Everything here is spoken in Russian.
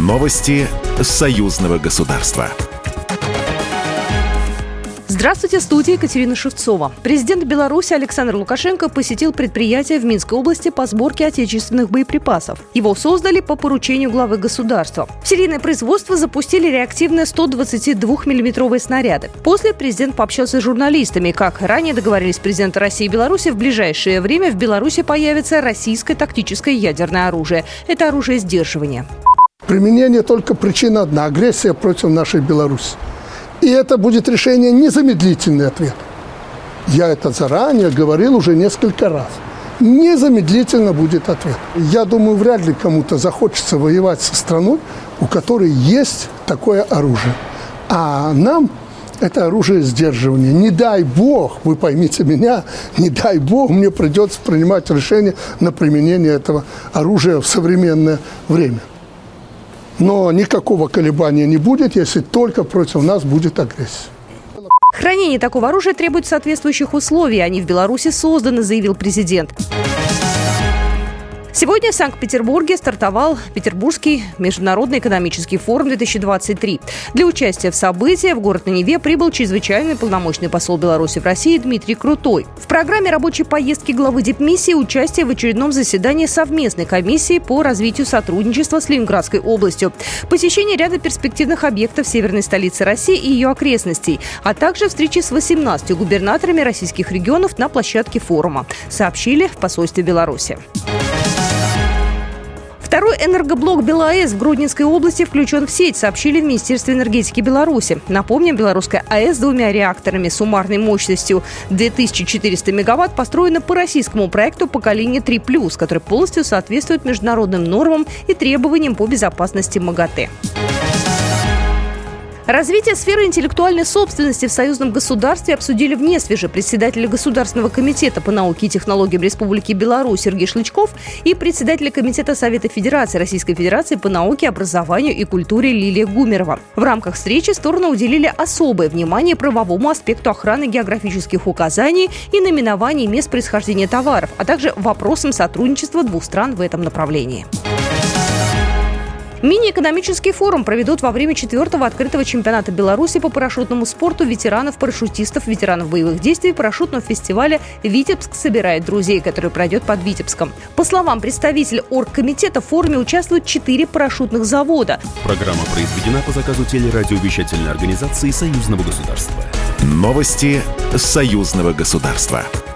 Новости союзного государства. Здравствуйте, в студии Екатерина Шевцова. Президент Беларуси Александр Лукашенко посетил предприятие в Минской области по сборке отечественных боеприпасов. Его создали по поручению главы государства. В серийное производство запустили реактивные 122-мм снаряды. После президент пообщался с журналистами. Как ранее договорились президенты России и Беларуси, в ближайшее время в Беларуси появится российское тактическое ядерное оружие. Это оружие сдерживания. Применение только причина одна – агрессия против нашей Беларуси. И это будет решение незамедлительный ответ. Я это заранее говорил уже несколько раз. Незамедлительно будет ответ. Я думаю, вряд ли кому-то захочется воевать со страной, у которой есть такое оружие. А нам это оружие сдерживания. Не дай бог, вы поймите меня, не дай бог мне придется принимать решение на применение этого оружия в современное время. Но никакого колебания не будет, если только против нас будет агрессия. Хранение такого оружия требует соответствующих условий. Они в Беларуси созданы, заявил президент. Сегодня в Санкт-Петербурге стартовал Петербургский международный экономический форум 2023. Для участия в событии в город на Неве прибыл чрезвычайный полномочный посол Беларуси в России Дмитрий Крутой. В программе рабочей поездки главы дипмиссии участие в очередном заседании совместной комиссии по развитию сотрудничества с Ленинградской областью, посещение ряда перспективных объектов северной столицы России и ее окрестностей, а также встречи с 18 губернаторами российских регионов на площадке форума, сообщили в посольстве Беларуси. Второй энергоблок БелАЭС в Гродненской области включен в сеть, сообщили в Министерстве энергетики Беларуси. Напомним, белорусская АЭС с 2 реакторами суммарной мощностью 2400 мегаватт построена по российскому проекту поколения 3+, который полностью соответствует международным нормам и требованиям по безопасности МАГАТЭ. Развитие сферы интеллектуальной собственности в союзном государстве обсудили в Несвеже председатель Государственного комитета по науке и технологиям Республики Беларусь Сергей Шлычков и председатель Комитета Совета Федерации Российской Федерации по науке, образованию и культуре Лилия Гумерова. В рамках встречи стороны уделили особое внимание правовому аспекту охраны географических указаний и наименований мест происхождения товаров, а также вопросам сотрудничества двух стран в этом направлении. Мини-экономический форум проведут во время 4-го открытого чемпионата Беларуси по парашютному спорту ветеранов-парашютистов, ветеранов боевых действий парашютного фестиваля «Витебск собирает друзей», который пройдет под Витебском. По словам представителя оргкомитета, в форуме участвуют 4 парашютных завода. Программа произведена по заказу телерадиовещательной организации союзного государства. Новости союзного государства.